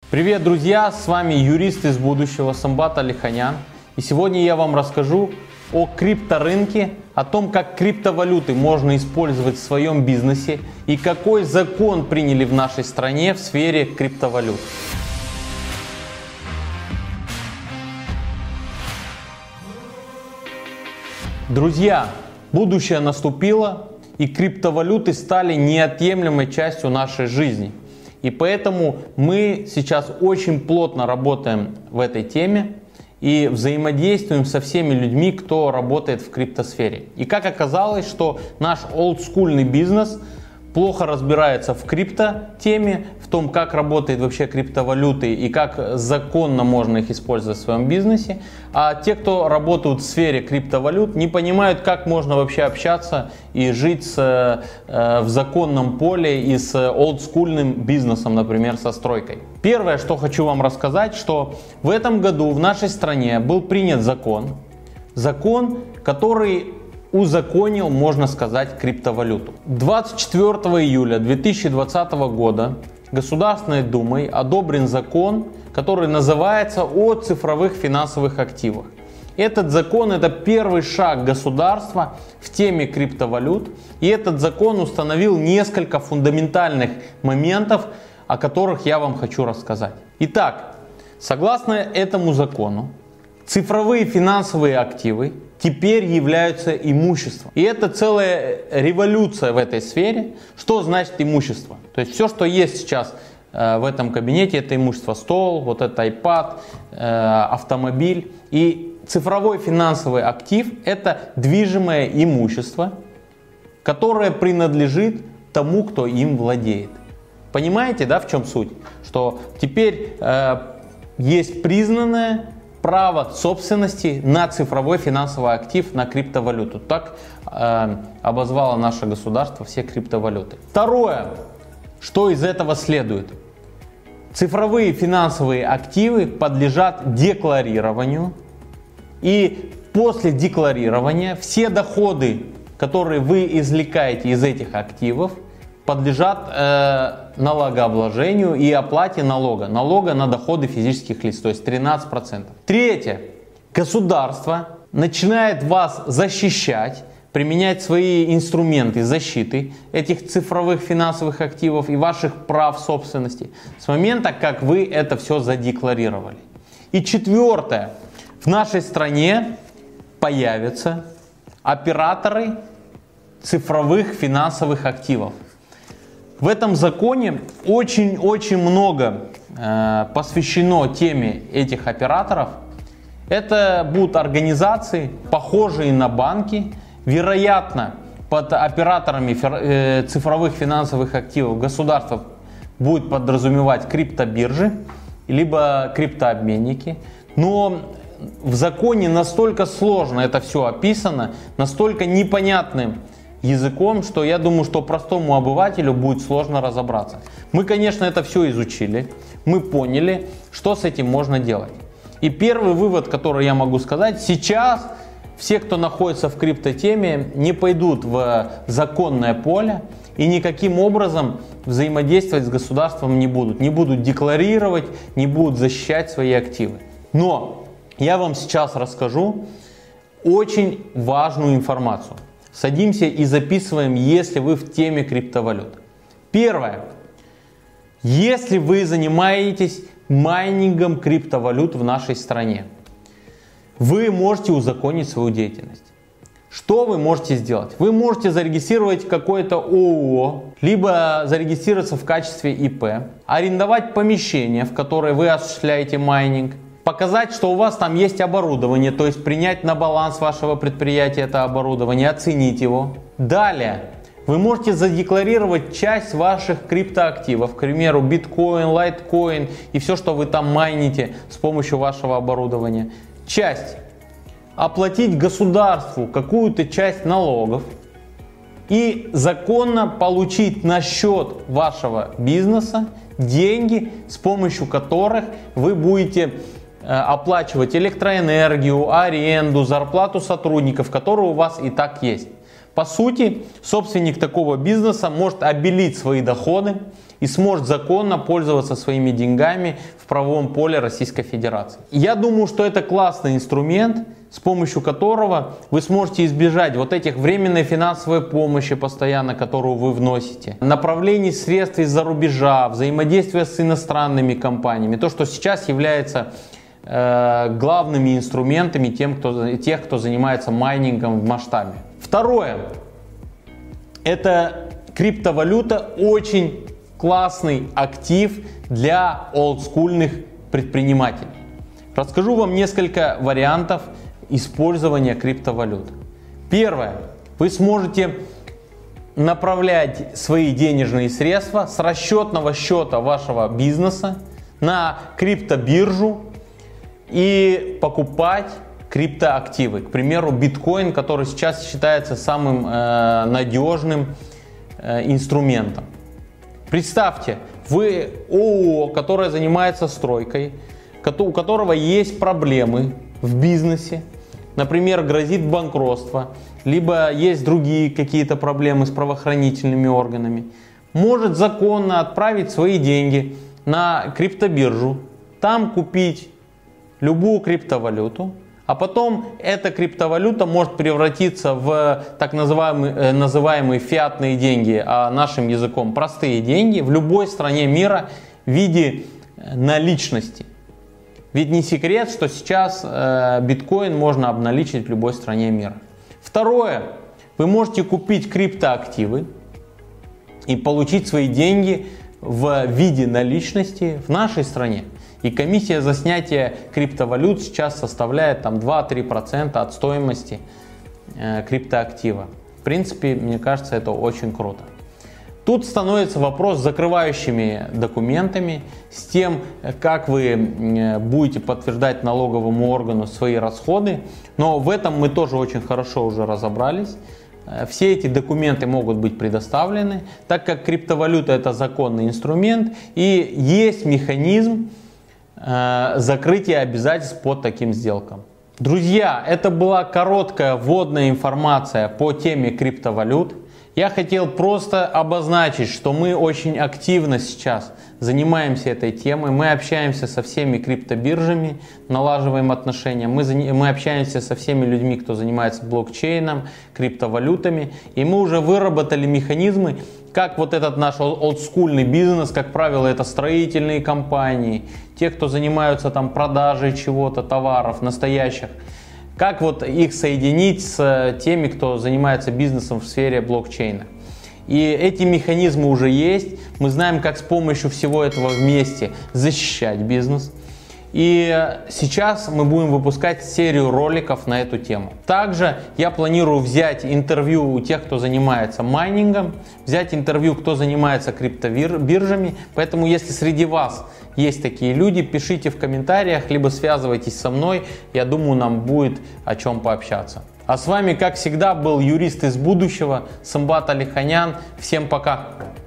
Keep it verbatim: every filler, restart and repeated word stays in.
Привет, друзья! С вами юрист из будущего Самбат Алиханян. И сегодня я вам расскажу о крипторынке, о том, как криптовалюты можно использовать в своем бизнесе и какой закон приняли в нашей стране в сфере криптовалют. Друзья, будущее наступило, и криптовалюты стали неотъемлемой частью нашей жизни. И поэтому мы сейчас очень плотно работаем в этой теме и взаимодействуем со всеми людьми, кто работает в криптосфере. И как оказалось, что наш олдскульный бизнес плохо разбирается в крипто-теме, в том, как работает вообще криптовалюты и как законно можно их использовать в своем бизнесе. А те, кто работают в сфере криптовалют, не понимают, как можно вообще общаться и жить с, э, в законном поле и с олдскульным бизнесом, например, со стройкой. Первое, что хочу вам рассказать, что в этом году в нашей стране был принят закон, закон, который узаконил, можно сказать, криптовалюту. двадцать четвёртого июля две тысячи двадцатого года Государственной Думой одобрен закон, который называется «О цифровых финансовых активах». Этот закон – это первый шаг государства в теме криптовалют, и этот закон установил несколько фундаментальных моментов, о которых я вам хочу рассказать. Итак, согласно этому закону, цифровые финансовые активы теперь являются имуществом. И это целая революция в этой сфере. Что значит имущество? То есть все, что есть сейчас э, в этом кабинете, это имущество. Стол, вот это iPad, э, автомобиль. И цифровой финансовый актив – это движимое имущество, которое принадлежит тому, кто им владеет. Понимаете, да, в чем суть? Что теперь э, есть признанное право собственности на цифровой финансовый актив, на криптовалюту. Так э, обозвало наше государство все криптовалюты. Второе, что из этого следует. Цифровые финансовые активы подлежат декларированию. И после декларирования все доходы, которые вы извлекаете из этих активов, подлежат э, налогообложению и оплате налога. Налога на доходы физических лиц, то есть тринадцать процентов. Третье. Государство начинает вас защищать, применять свои инструменты защиты этих цифровых финансовых активов и ваших прав собственности с момента, как вы это все задекларировали. И четвертое. В нашей стране появятся операторы цифровых финансовых активов. В этом законе очень-очень много э, посвящено теме этих операторов. Это будут организации, похожие на банки. Вероятно, под операторами э, цифровых финансовых активов государство будет подразумевать криптобиржи, либо криптообменники. Но в законе настолько сложно это все описано, настолько непонятным языком, что я думаю, что простому обывателю будет сложно разобраться. Мы, конечно, это все изучили, мы поняли, что с этим можно делать. И первый вывод, который я могу сказать, сейчас все, кто находится в криптотеме, не пойдут в законное поле и никаким образом взаимодействовать с государством не будут. Не будут декларировать, не будут защищать свои активы. Но я вам сейчас расскажу очень важную информацию. Садимся и записываем, если вы в теме криптовалют. Первое. Если вы занимаетесь майнингом криптовалют в нашей стране, вы можете узаконить свою деятельность. Что вы можете сделать? Вы можете зарегистрировать какое-то ООО, либо зарегистрироваться в качестве ИП, арендовать помещение, в которое вы осуществляете майнинг, показать, что у вас там есть оборудование, то есть принять на баланс вашего предприятия это оборудование, оценить его. Далее, вы можете задекларировать часть ваших криптоактивов, к примеру, биткоин, лайткоин и все, что вы там майните с помощью вашего оборудования. Часть. Оплатить государству какую-то часть налогов и законно получить на счет вашего бизнеса деньги, с помощью которых вы будете оплачивать электроэнергию, аренду, зарплату сотрудников, которые у вас и так есть. По сути, собственник такого бизнеса может обелить свои доходы и сможет законно пользоваться своими деньгами в правовом поле Российской Федерации. Я думаю, что это классный инструмент, с помощью которого вы сможете избежать вот этих временной финансовой помощи постоянно, которую вы вносите, направлений средств из-за рубежа, взаимодействия с иностранными компаниями, то, что сейчас является э, главными инструментами тем, кто, тех, кто занимается майнингом в масштабе. Второе. Это криптовалюта, очень классный актив для олдскульных предпринимателей. Расскажу вам несколько вариантов использования криптовалют. Первое. Вы сможете направлять свои денежные средства с расчетного счета вашего бизнеса на криптобиржу и покупать криптоактивы. К примеру, биткоин, который сейчас считается самым э, надежным э, инструментом. Представьте, вы ООО, которое занимается стройкой, у которого есть проблемы в бизнесе, например, грозит банкротство, либо есть другие какие-то проблемы с правоохранительными органами, может законно отправить свои деньги на криптобиржу, там купить любую криптовалюту, а потом эта криптовалюта может превратиться в так называемые, называемые фиатные деньги, а нашим языком простые деньги, в любой стране мира в виде наличности. Ведь не секрет, что сейчас э, биткоин можно обналичить в любой стране мира. Второе. Вы можете купить криптоактивы и получить свои деньги в виде наличности в нашей стране. И комиссия за снятие криптовалют сейчас составляет там два-три процента от стоимости э, криптоактива. В принципе, мне кажется, это очень круто. Тут становится вопрос с закрывающими документами, с тем, как вы будете подтверждать налоговому органу свои расходы. Но в этом мы тоже очень хорошо уже разобрались. Все эти документы могут быть предоставлены, так как криптовалюта это законный инструмент и есть механизм э, закрытия обязательств по таким сделкам. Друзья, это была короткая вводная информация по теме криптовалют. Я хотел просто обозначить, что мы очень активно сейчас занимаемся этой темой. Мы общаемся со всеми криптобиржами, налаживаем отношения. Мы, мы общаемся со всеми людьми, кто занимается блокчейном, криптовалютами. И мы уже выработали механизмы, как вот этот наш олдскульный бизнес, как правило, это строительные компании, те, кто занимаются там продажей чего-то, товаров настоящих. Как вот их соединить с теми, кто занимается бизнесом в сфере блокчейна. И эти механизмы уже есть. Мы знаем, как с помощью всего этого вместе защищать бизнес. И сейчас мы будем выпускать серию роликов на эту тему. Также я планирую взять интервью у тех, кто занимается майнингом, взять интервью, кто занимается криптобиржами. Поэтому, если среди вас есть такие люди, пишите в комментариях, либо связывайтесь со мной. Я думаю, нам будет о чем пообщаться. А с вами, как всегда, был юрист из будущего Самбат Алиханян. Всем пока!